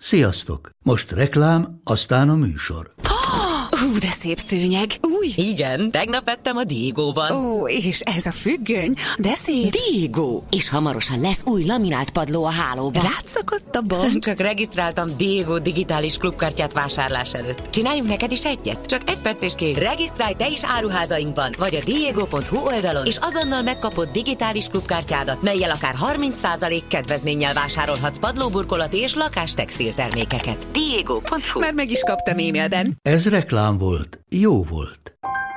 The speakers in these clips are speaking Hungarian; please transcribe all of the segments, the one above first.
Sziasztok! Most reklám, aztán a műsor. Hú, de szép szőnyeg. Új. Igen, tegnap vettem a Diegóban. Ó, és ez a függöny, de szép. Diegó. És hamarosan lesz új laminált padló a hálóban. Rátszakadt a bank. Csak regisztráltam Diegó digitális klubkártyát vásárlás előtt. Csináljunk neked is egyet? Csak egy perc és kész. Regisztrálj te is áruházainkban, vagy a diego.hu oldalon, és azonnal megkapod digitális klubkártyádat, mellyel akár 30% kedvezménnyel vásárolhatsz padlóburkolati és lakástextil termékeket. Diego.hu. Már meg is kaptam e-mailben. Ez reklám volt, jó volt.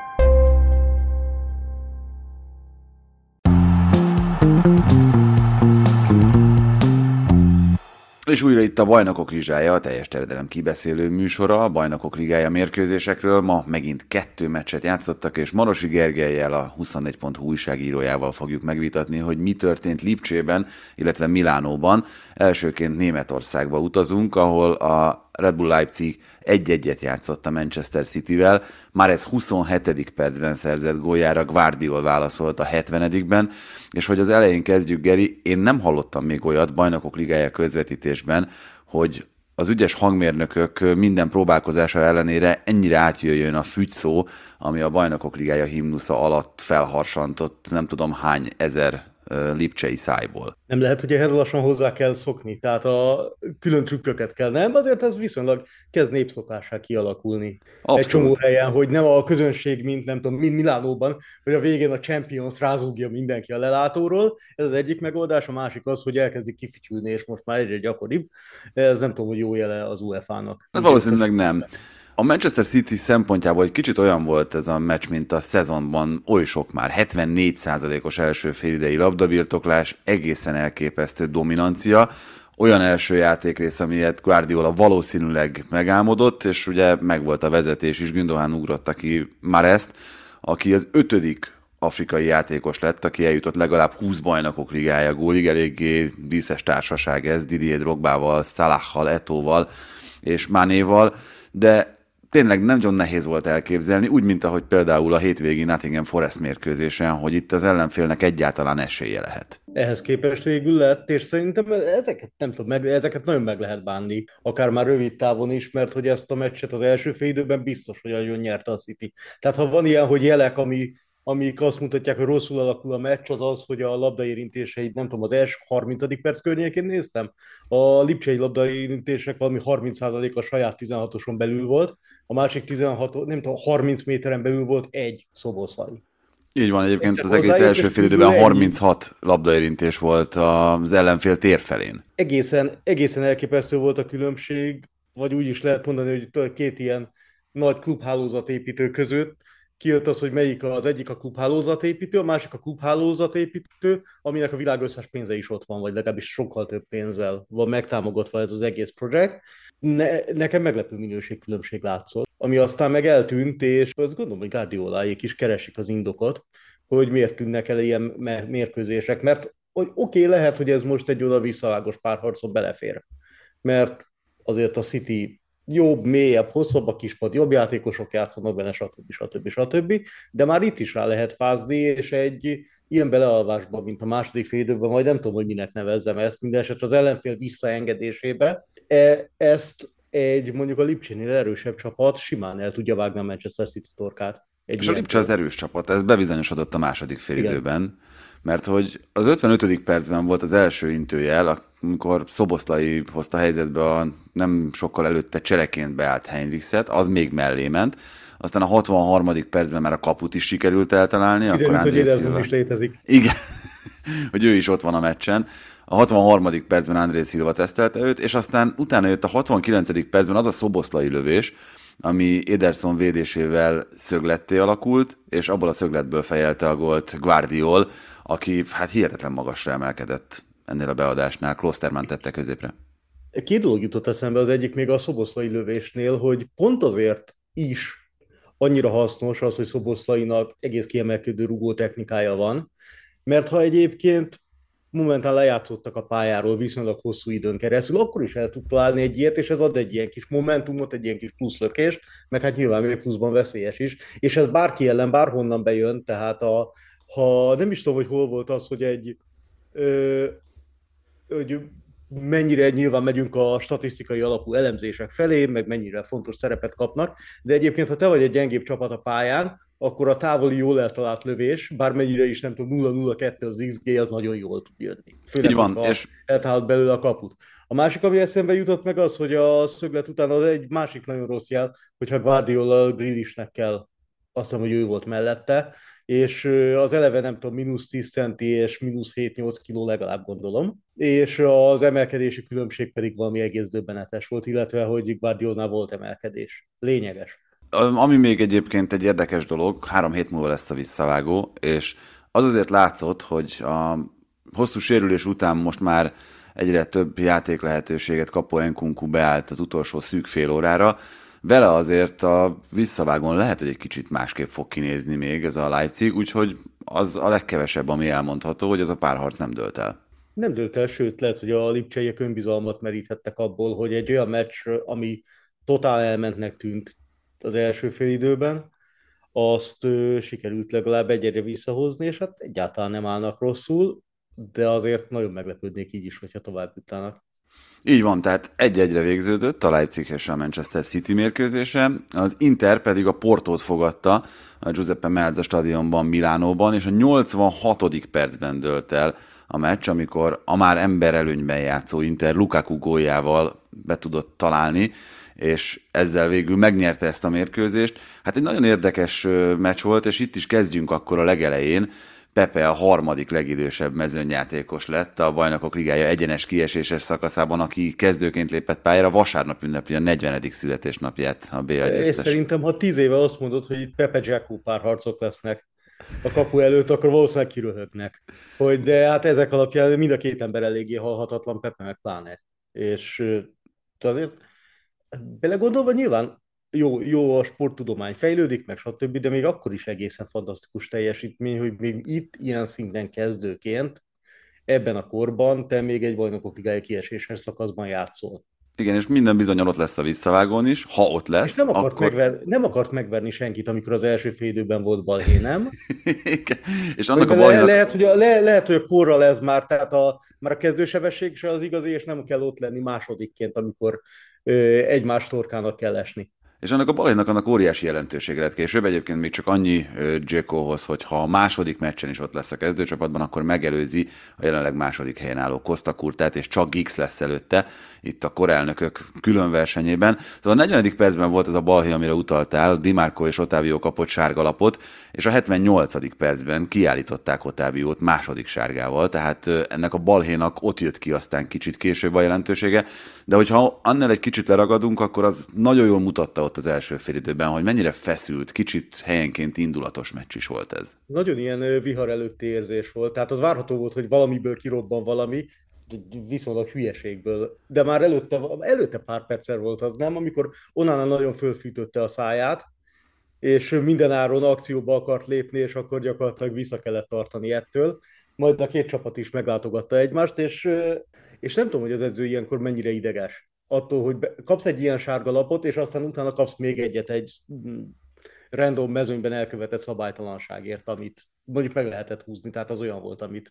És újra itt a Bajnokok Ligája, a teljes terjedelem kibeszélő műsora, a Bajnokok Ligája mérkőzésekről. Ma megint 2 meccset játszottak, és Marosi Gergellyel, a 24.hu újságírójával fogjuk megvitatni, hogy mi történt Lipcsében, illetve Milánóban. Elsőként Németországba utazunk, ahol a Red Bull Leipzig 1-1-et játszott a Manchester Cityvel. Már ez 27. percben szerzett góljára Gvardiol válaszolt a 70-ben, és hogy az elején kezdjük, Geri, én nem hallottam még olyat Bajnokok Ligája közvetítésben, hogy az ügyes hangmérnökök minden próbálkozása ellenére ennyire átjöjjön a fügyszó, ami a Bajnokok Ligája himnusza alatt felharsantott nem tudom hány ezer lipcsei szájból. Nem lehet, hogy ehhez lassan hozzá kell szokni, tehát a külön trükköket kell, nem? Azért ez viszonylag kezd népszokássá kialakulni. Abszolút. Egy csomó helyen, hogy nem a közönség, mint nem tudom, mint Milánóban, hogy a végén a Champions rázúgja mindenki a lelátóról. Ez az egyik megoldás, a másik az, hogy elkezdik kifütyülni, és most már egyre gyakoribb. Ez nem tudom, hogy jó jele az UEFA-nak. Ez valószínűleg nem. A Manchester City szempontjából egy kicsit olyan volt ez a meccs, mint a szezonban, oly sok már, 74%-os első félidei labdabirtoklás, egészen elképesztő dominancia, olyan első játékrész, amilyet Guardiola valószínűleg megálmodott, és ugye megvolt a vezetés is, Gündogan ugrotta ki Mahrest, aki az 5. afrikai játékos lett, aki eljutott legalább 20 Bajnokok Ligája gólig, eléggé díszes társaság ez, Didier Drogbával, Salahal, Eto'val és Manéval, de tényleg nagyon nehéz volt elképzelni, úgy, mint ahogy például a hétvégi Nottingham Forest mérkőzésen, hogy itt az ellenfélnek egyáltalán esélye lehet. Ehhez képest végül lett, és szerintem ezeket nem tudom, ezeket nagyon meg lehet bánni, akár már rövid távon is, mert hogy ezt a meccset az első fél időben biztos, hogy nagyon nyerte a City. Tehát ha van ilyen, hogy jelek, amik azt mutatják, hogy rosszul alakul a meccs, az az, hogy a labdaérintéseit, nem tudom, az első 30. perc környékén néztem. A lipcsei labdaérintések valami 30% a saját 16-oson belül volt, a másik 16, nem tudom, 30 méteren belül volt egy Szoboszlai. Így van, egyébként az egész első félidőben 36 labdaérintés volt az ellenfél tér felén. Egészen elképesztő volt a különbség, vagy úgy is lehet mondani, hogy két ilyen nagy klubhálózatépítő között kijött az, hogy melyik az egyik a klubhálózatépítő, a másik a klubhálózatépítő, aminek a világ összes pénze is ott van, vagy legalábbis sokkal több pénzzel van megtámogatva ez az egész projekt. Nekem meglepő minőségkülönbség látszott, ami aztán meg eltűnt, és azt gondolom, hogy Guardioláék is keresik az indokot, hogy miért tűnnek el ilyen mérkőzések, mert oké, lehet, hogy ez most egy oda visszavágos párharcon belefér, mert azért a City jobb, mélyebb, hosszabb a kispad, jobb játékosok játszanak benne, stb. De már itt is rá lehet fázni, és egy ilyen belealvásban, mint a második fél időben, majd nem tudom, hogy minek nevezzem ezt, minden esetre az ellenfél visszaengedésébe, ezt mondjuk a Lipcsénél erősebb csapat simán el tudja vágni a Manchester City torkát. És a Lipcse az erős csapat, ez bebizonyosodott a második félidőben, mert hogy az 55. percben volt az első intőjel, amikor Szoboszlai hozta helyzetbe a nem sokkal előtte csereként beállt Heinrichset, az még mellé ment, aztán a 63. percben már a kaput is sikerült eltalálni. Kiderült, hogy Ederson is létezik. Igen, hogy ő is ott van a meccsen. A 63. percben André Silva tesztelte őt, és aztán utána jött a 69. percben az a Szoboszlai lövés, ami Ederson védésével szögletté alakult, és abból a szögletből fejelte a gólt Gvardiol, aki hát hihetetlen magasra emelkedett ennél a beadásnál. Klosterman tette középre. Két dolog jutott eszembe, az egyik még a Szoboszlai lövésnél, hogy pont azért is annyira hasznos az, hogy Szoboszlainak egész kiemelkedő rugó technikája van, mert ha egyébként momentán lejátszottak a pályáról viszonylag hosszú időn keresztül, akkor is el tud találni egy ilyet, és ez ad egy ilyen kis momentumot, egy ilyen kis pluszlökést, meg hát nyilván még pluszban veszélyes is, és ez bárki ellen, bárhonnan bejön, tehát ha nem is tudom, hogy hol volt az, hogy hogy mennyire nyilván megyünk a statisztikai alapú elemzések felé, meg mennyire fontos szerepet kapnak, de egyébként, ha te vagy egy gyengébb csapat a pályán, akkor a távoli jól eltalált lövés, bármennyire is nem tudom, 0-0-2 az XG, az nagyon jól tud jönni. Főleg, Így van, ha és eltalált belőle a kaput. A másik, ami eszembe jutott meg az, hogy a szöglet után az egy másik nagyon rossz jel, hogyha Guardiola Grealishnek kell, azt hiszem, hogy ő volt mellette, és az eleve nem tudom, mínusz 10 centi és mínusz 7-8 kiló legalább gondolom, és az emelkedési különbség pedig valami egész döbbenetes volt, illetve hogy Guardiolnál volt emelkedés. Lényeges. ami még egyébként egy érdekes dolog, 3 hét múlva lesz a visszavágó, és az azért látszott, hogy a hosszú sérülés után most már egyre több játék lehetőséget kapó Nkunku beállt az utolsó szűk fél órára. Vele azért a visszavágón lehet, hogy egy kicsit másképp fog kinézni még ez a Leipzig, úgyhogy az a legkevesebb, ami elmondható, hogy ez a párharc nem dőlt el. Nem dőlt el, sőt, lehet, hogy a lipcseiek önbizalmat meríthettek abból, hogy egy olyan meccs, ami totál elmentnek tűnt az első fél időben, azt sikerült legalább egyre visszahozni, és hát egyáltalán nem állnak rosszul, de azért nagyon meglepődnék így is, hogyha tovább jutnának. Így van, tehát 1-1-re végződött a Leipzig és a Manchester City mérkőzése, az Inter pedig a Portót fogadta a Giuseppe Meazza stadionban, Milánóban, és a 86. percben dőlt el a meccs, amikor a már emberelőnyben játszó Inter Lukaku góljával be tudott találni, és ezzel végül megnyerte ezt a mérkőzést. Hát egy nagyon érdekes meccs volt, és itt is kezdjünk akkor a legelején. Pepe a harmadik legidősebb mezőnyjátékos lett a Bajnokok Ligája egyenes kieséses szakaszában, aki kezdőként lépett pályára, vasárnap ünnepli a 40. születésnapját a BL győztes. És szerintem, ha 10 éve azt mondod, hogy itt Pepe Dzeko párharcok lesznek a kapu előtt, akkor valószínűleg kiröhögnek. De hát ezek alapján mind a két ember eléggé halhatatlan, Pepe meg pláne. És azért belegondolva nyilván jó a sporttudomány fejlődik, meg stb., de még akkor is egészen fantasztikus teljesítmény, hogy még itt ilyen szinten kezdőként ebben a korban te még egy Bajnokok Ligája kieséses szakaszban játszol. Igen, és minden bizonnyal ott lesz a visszavágón is, ha ott lesz, és nem akart megverni senkit, amikor az első fél időben volt balhé, nem? És annak a balhénak... lehet, hogy a korral ez már, tehát már a kezdősebesség se az igazi, és nem kell ott lenni másodikként, amikor egymás torkának kell esni. És annak a balhénak annak óriási jelentősége lett később. Egyébként még csak annyi Dzekohoz, hogy ha a második meccsen is ott lesz a kezdőcsapatban, akkor megelőzi a jelenleg második helyen álló Costa Curtát, és csak Giggs lesz előtte, itt a korelnökök külön versenyében. Szóval a 40. percben volt ez a balhé, amire utaltál, Di Marco és Otávio kapott sárgalapot, és a 78. percben kiállították Otáviót második sárgával, tehát ennek a balhénak ott jött ki aztán kicsit később a jelentősége, de hogyha annál egy kicsit leragadunk, akkor az nagyon jól mutatta ott az első félidőben, hogy mennyire feszült, kicsit helyenként indulatos meccs is volt ez. Nagyon ilyen vihar előtti érzés volt, tehát az várható volt, hogy valamiből kirobban valami, viszonylag hülyeségből, de már előtte pár perccel volt az, nem? Amikor Onana nagyon fölfűtötte a száját, és mindenáron akcióba akart lépni, és akkor gyakorlatilag vissza kellett tartani ettől. Majd a két csapat is meglátogatta egymást, és nem tudom, hogy az edző ilyenkor mennyire ideges. Attól, hogy kapsz egy ilyen sárga lapot, és aztán utána kapsz még egyet egy random mezőnyben elkövetett szabálytalanságért, amit mondjuk meg lehetett húzni, tehát az olyan volt, amit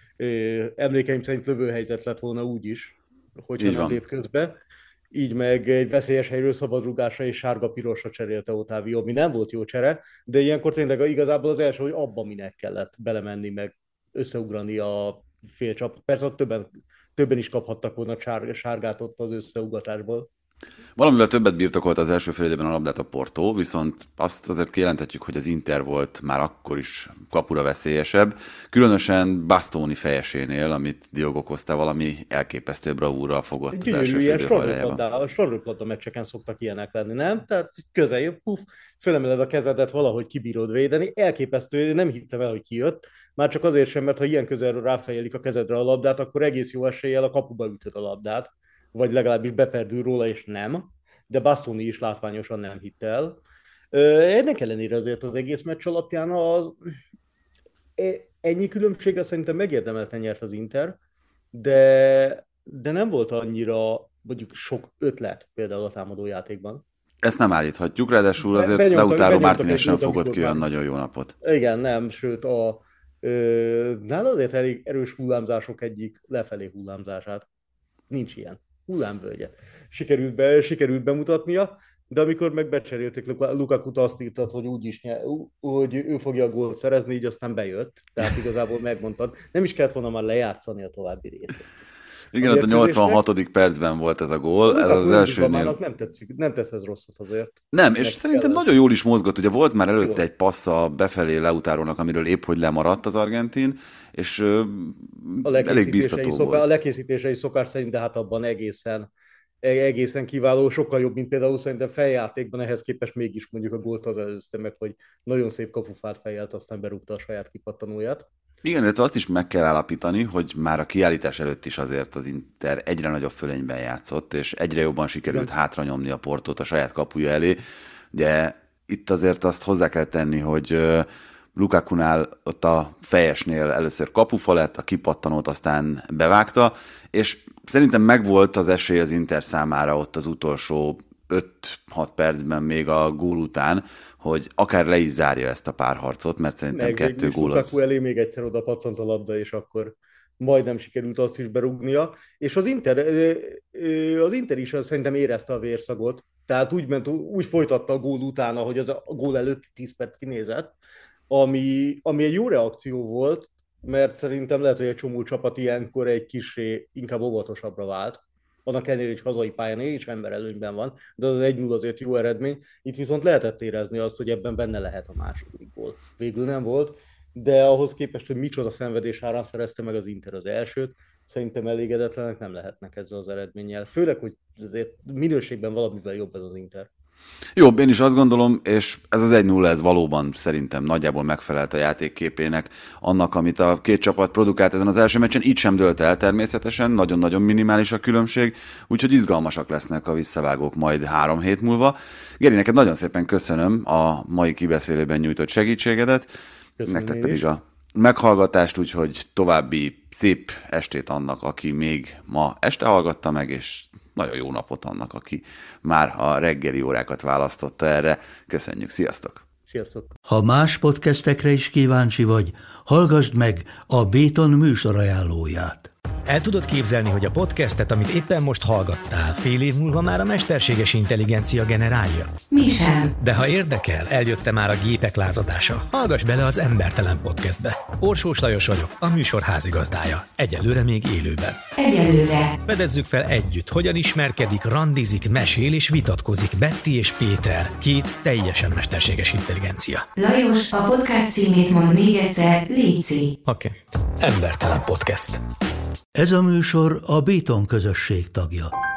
emlékeim szerint lövőhelyzet lett volna úgy is, hogyha nem lép közbe. Így meg egy veszélyes helyről szabadrugásra és sárga-pirosra cserélte Otávio, ami nem volt jó csere, de ilyenkor tényleg igazából az első, hogy abba minek kellett belemenni, meg összeugrani a félcsapat. Persze ott többen is kaphattak volna sárgát ott az összeugatásból. Valamivel többet birtokolt az első fél időben a labdát a Porto, viszont azt azért kijelentetjük, hogy az Inter volt már akkor is kapura veszélyesebb, különösen Bastoni fejesénél, amit Diogo Costa valami elképesztő bravúrral fogott az első fél idő hajrájában. A sorröplabda meccseken szoktak ilyenek lenni, nem? Tehát közel jön, fölemeled a kezedet, valahogy kibírod védeni, elképesztő, nem hittem el, hogy kijött, már csak azért sem, mert ha ilyen közelről ráfejelik a kezedre a labdát, akkor egész jó eséllyel a kapuba ütöd a labdát, vagy legalábbis beperdül róla, és nem, de Bastoni is látványosan nem hitt el. Ennek ellenére azért az egész meccs alapján ennyi különbséggel szerintem megérdemelten nyert az Inter, de nem volt annyira mondjuk sok ötlet például a támadójátékban. Ezt nem állíthatjuk, ráadásul azért Lautaro Martinez-en fogott ki olyan nagyon jó napot. Igen, nem, sőt nála azért elég erős hullámzások egyik lefelé hullámzását. nincs ilyen. Hullámvölgye. Sikerült bemutatnia, de amikor meg becserélték Lukakut, azt írtad, hogy hogy ő fogja a gólt szerezni, így aztán bejött. Tehát igazából megmondtad, nem is kellett volna már lejátszani a további részét. Igen, ott a 86. percben volt ez a gól, ez az elsőnél. Nem tesz ez rosszat azért. Nem, és szerintem nagyon jól is mozgott, ugye volt már előtte egy passz a befelé Lautárónak, amiről épp hogy lemaradt az argentin, és elég biztató volt. A lekészítései szokás szerint, de hát abban egészen kiváló, sokkal jobb, mint például szerintem feljátékban, ehhez képest mégis mondjuk a gólt az előzte meg, hogy nagyon szép kapufát fejelt, aztán berúgta a saját kipattanóját. Igen, illetve azt is meg kell állapítani, hogy már a kiállítás előtt is azért az Inter egyre nagyobb fölényben játszott, és egyre jobban sikerült hátranyomni a Portót a saját kapuja elé. Ugye itt azért azt hozzá kell tenni, hogy Lukakunál ott a fejesnél először kapufa lett, a kipattanót aztán bevágta, és szerintem megvolt az esély az Inter számára ott az utolsó 5-6 percben még a gól után, hogy akár le is zárja ezt a párharcot, mert szerintem 2 gól az... Lukaku elé még egyszer oda pattant a labda, és akkor majdnem sikerült azt is berúgnia, és az Inter is szerintem érezte a vérszagot, tehát úgy folytatta a gól után, ahogy az a gól előtt 10 perc kinézett, ami egy jó reakció volt, mert szerintem lehet, hogy egy csomó csapat ilyenkor egy kissé inkább óvatosabbra vált. Annak ellenére, hogy hazai pályán is ember előnyben van, de az 1-0 azért jó eredmény. Itt viszont lehetett érezni azt, hogy ebben benne lehet a második gól. Végül nem volt, de ahhoz képest, hogy micsoda szenvedés árán szerezte meg az Inter az elsőt, szerintem elégedetlenek nem lehetnek ezzel az eredménnyel. Főleg, hogy azért minőségben valamivel jobb ez az Inter. Jobb, én is azt gondolom, és ez az 1-0, ez valóban szerintem nagyjából megfelelt a játékképének annak, amit a két csapat produkált ezen az első meccsen. Így sem dőlt el természetesen, nagyon-nagyon minimális a különbség, úgyhogy izgalmasak lesznek a visszavágók majd 3 hét múlva. Geri, neked nagyon szépen köszönöm a mai kibeszélőben nyújtott segítségedet. Köszönöm. Nektek pedig a meghallgatást, úgyhogy további szép estét annak, aki még ma este hallgatta meg, és nagyon jó napot annak, aki már a reggeli órákat választotta erre. Köszönjük, sziasztok! Sziasztok! Ha más podcastekre is kíváncsi vagy, hallgassd meg a Béton műsor ajánlóját. El tudod képzelni, hogy a podcastet, amit éppen most hallgattál, fél év múlva már a mesterséges intelligencia generálja? Mi sem. De ha érdekel, eljött már a gépek lázadása. Hallgass bele az Embertelen Podcastbe. Orsós Lajos vagyok, a műsor házigazdája. Egyelőre még élőben. Egyelőre. Fedezzük fel együtt, hogyan ismerkedik, randizik, mesél és vitatkozik Betty és Péter, 2 teljesen mesterséges intelligencia. Lajos, a podcast címét mond még egyszer, léci. Oké. Embertelen Podcast. Ez a műsor a Béton közösség tagja.